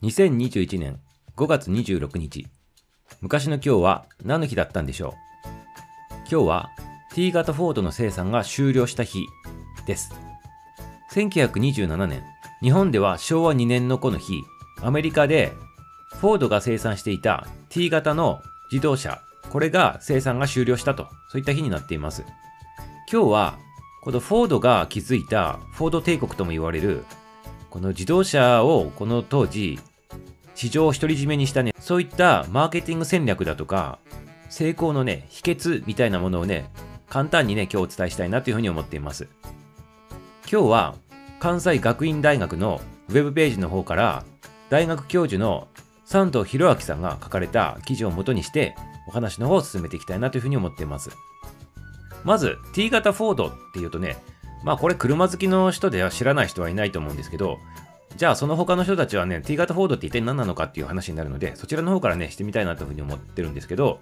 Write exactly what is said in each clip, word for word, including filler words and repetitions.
にせんにじゅういちねんごがつにじゅうろくにち、昔の今日は何の日だったんでしょう。今日は T 型フォードの生産が終了した日です。せんきゅうひゃくにじゅうななねん、日本ではしょうわにねんのこの日、アメリカでフォードが生産していた T 型の自動車、これが生産が終了したと、そういった日になっています。今日はこのフォードが築いたフォード帝国とも言われるこの自動車をこの当時市場を独り占めにしたね、そういったマーケティング戦略だとか成功のね秘訣みたいなものをね簡単にね今日お伝えしたいなというふうに思っています。今日は関西学院大学のウェブページの方から大学教授の山藤博明さんが書かれた記事を元にしてお話の方を進めていきたいなというふうに思っています。まず T 型フォードっていうとね、まあこれ車好きの人では知らない人はいないと思うんですけど、じゃあその他の人たちはね T 型フォードって一体何なのかっていう話になるので、そちらの方からねしてみたいなというふうに思ってるんですけど、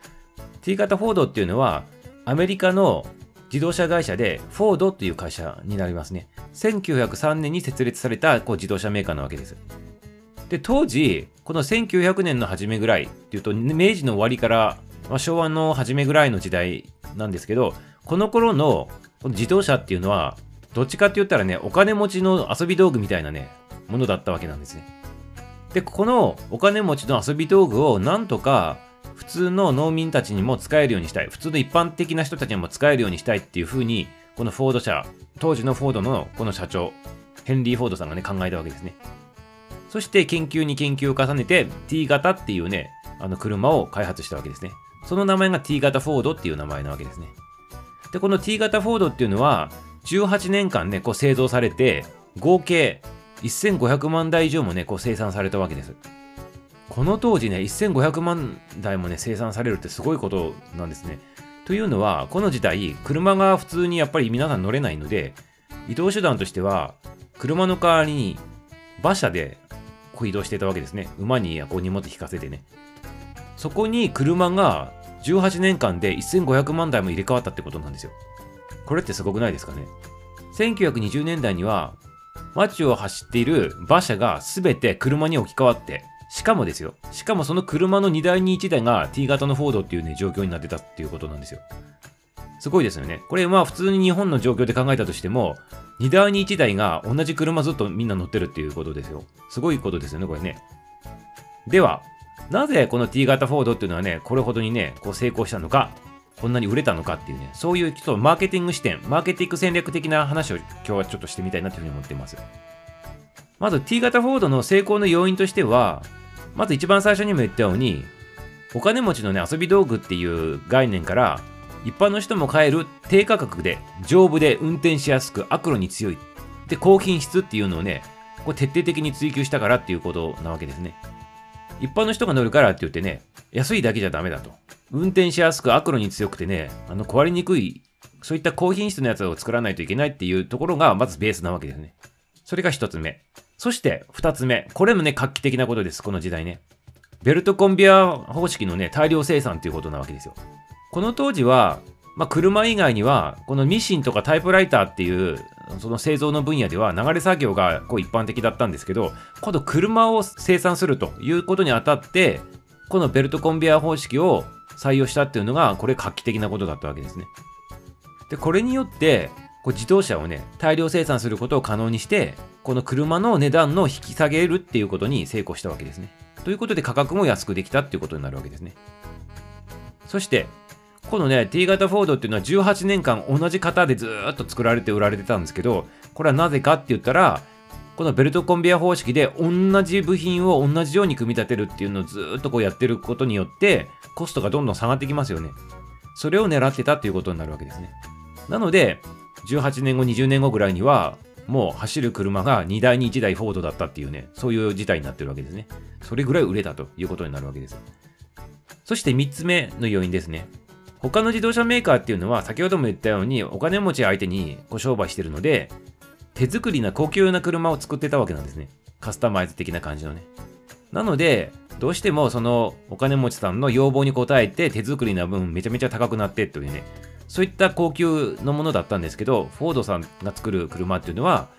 T 型フォードっていうのはアメリカの自動車会社でフォードっていう会社になりますね。せんきゅうひゃくさんねんに設立されたこう自動車メーカーなわけです。で当時このせんきゅうひゃくねんの初めぐらいっていうと明治の終わりから、まあ、昭和の初めぐらいの時代なんですけど、この頃のこの自動車っていうのはどっちかって言ったらねお金持ちの遊び道具みたいなねものだったわけなんですね。でこのお金持ちの遊び道具をなんとか普通の農民たちにも使えるようにしたい、普通の一般的な人たちにも使えるようにしたいっていう風にこのフォード社、当時のフォードのこの社長ヘンリー・フォードさんがね考えたわけですね。そして研究に研究を重ねて T 型っていうねあの車を開発したわけですね。その名前が T 型フォードっていう名前なわけですね。でこの T 型フォードっていうのはじゅうはちねんかんねこう製造されて合計せんごひゃくまんだい以上もねこう生産されたわけです。この当時ねせんごひゃくまんだいもね生産されるってすごいことなんですね。というのはこの時代車が普通にやっぱり皆さん乗れないので、移動手段としては車の代わりに馬車でこう移動していたわけですね。馬にこう荷物引かせてね。そこに車がじゅうはちねんかんでせんごひゃくまんだいも入れ替わったってことなんですよ。これってすごくないですかね。せんきゅうひゃくにじゅうねんだいには街を走っている馬車が全て車に置き換わって、しかもですよ、しかもその車のにだいにいちだいが T 型のフォードっていうね状況になってたっていうことなんですよ。すごいですよね。これまあ普通に日本の状況で考えたとしてもにだいにいちだいが同じ車ずっとみんな乗ってるっていうことですよ。すごいことですよねこれね。ではなぜこの T 型フォードっていうのはねこれほどにねこう成功したのか、こんなに売れたのかっていうね、そういうちょっとマーケティング視点、マーケティング戦略的な話を今日はちょっとしてみたいなというふうに思っています。まず T 型フォードの成功の要因としては、まず一番最初にも言ったようにお金持ちのね遊び道具っていう概念から一般の人も買える低価格で丈夫で運転しやすく悪路に強いで高品質っていうのをねこれ徹底的に追求したからっていうことなわけですね。一般の人が乗るからって言ってね安いだけじゃダメだと、運転しやすく悪路に強くてねあの壊れにくいそういった高品質のやつを作らないといけないっていうところがまずベースなわけですね。それが一つ目。そして二つ目、これもね画期的なことです。この時代ねベルトコンベア方式のね大量生産っていうことなわけですよ。この当時は、まあ、車以外にはこのミシンとかタイプライターっていうその製造の分野では流れ作業がこう一般的だったんですけど、今度車を生産するということにあたってこのベルトコンベア方式を採用したっていうのがこれ画期的なことだったわけですね。でこれによってこう自動車をね大量生産することを可能にしてこの車の値段の引き下げるっていうことに成功したわけですね。ということで価格も安くできたっていうことになるわけですね。そしてこのね T 型フォードっていうのはじゅうはちねんかん同じ型でずーっと作られて売られてたんですけど、これはなぜかって言ったらこのベルトコンベア方式で同じ部品を同じように組み立てるっていうのをずーっとこうやってることによってコストがどんどん下がってきますよね。それを狙ってたっていうことになるわけですね。なのでじゅうはちねんごにじゅうねんごぐらいにはもう走る車がにだいにいちだいフォードだったっていうね、そういう事態になってるわけですね。それぐらい売れたということになるわけです。そしてみっつめの要因ですね。他の自動車メーカーっていうのは先ほども言ったようにお金持ち相手にこう商売してるので手作りな高級な車を作ってたわけなんですね。カスタマイズ的な感じのね。なのでどうしてもそのお金持ちさんの要望に応えて手作りな分めちゃめちゃ高くなってというね、そういった高級のものだったんですけど、フォードさんが作る車っていうのは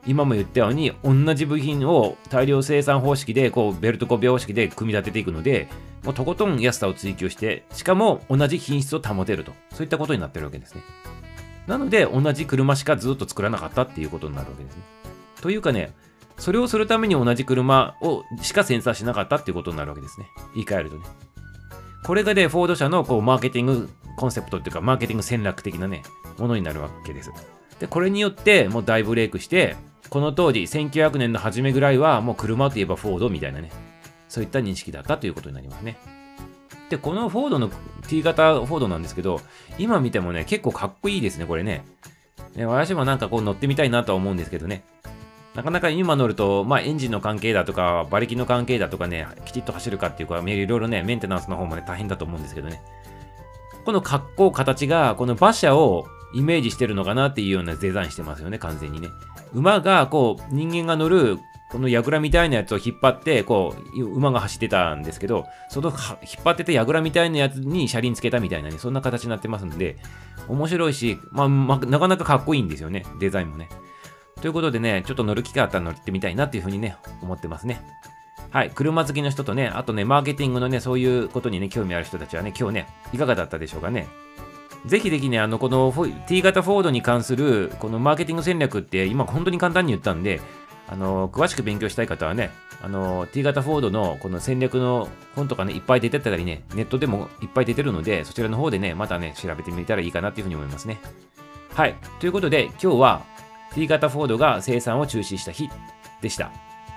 今も言ったように同じ部品を大量生産方式でこうベルトコピー方式で組み立てていくので、もうとことん安さを追求して、しかも同じ品質を保てると、そういったことになってるわけですね。なので同じ車しかずっと作らなかったっていうことになるわけですね。というかね、それをするために同じ車をしか生産しなかったっていうことになるわけですね。言い換えるとね。これがね、フォード社のこうマーケティングコンセプトっていうか、マーケティング戦略的なね、ものになるわけです。で、これによってもう大ブレイクして、この当時、せんきゅうひゃくねんの初めぐらいはもう車といえばフォードみたいなね、そういった認識だったということになりますね。で、このフォードの T 型フォードなんですけど、今見てもね、結構かっこいいですね、これね。ね、私もなんかこう乗ってみたいなとは思うんですけどね。なかなか今乗ると、まあエンジンの関係だとか、馬力の関係だとかね、きちっと走るかっていうか、いろいろね、メンテナンスの方もね、大変だと思うんですけどね。この格好、形が、この馬車をイメージしてるのかなっていうようなデザインしてますよね、完全にね。馬が、こう、人間が乗る、この櫓みたいなやつを引っ張って、こう、馬が走ってたんですけど、その引っ張ってた櫓みたいなやつに車輪つけたみたいなね、そんな形になってますんで、面白いし、まあ、まあ、なかなかかっこいいんですよね、デザインもね。ということでね、ちょっと乗る機会あったら乗ってみたいなっていうふうにね、思ってますね。はい、車好きの人とね、あとね、マーケティングのね、そういうことにね、興味ある人たちはね、今日ね、いかがだったでしょうかね。ぜひぜひね、あの、この T 型フォードに関する、このマーケティング戦略って、今本当に簡単に言ったんで、あの、詳しく勉強したい方はね、あの、T 型フォードのこの戦略の本とかね、いっぱい出てたりね、ネットでもいっぱい出てるので、そちらの方でね、またね、調べてみたらいいかなっていうふうに思いますね。はい、ということで、今日は、T 型フォードが生産を中止した日でした。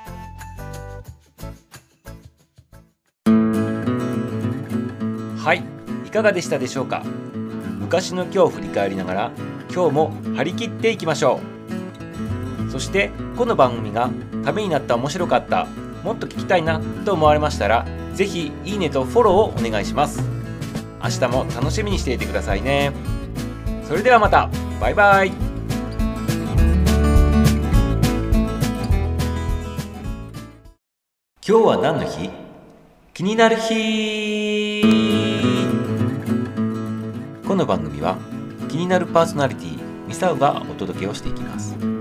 はい、いかがでしたでしょうか。昔の今日を振り返りながら、今日も張り切っていきましょう。そして、この番組がためになった、面白かった、もっと聞きたいなと思われましたら、ぜひいいねとフォローをお願いします。明日も楽しみにしていてくださいね。それではまた、バイバイ。今日は何の日？気になる日。この番組は気になるパーソナリティミサウがお届けをしていきます。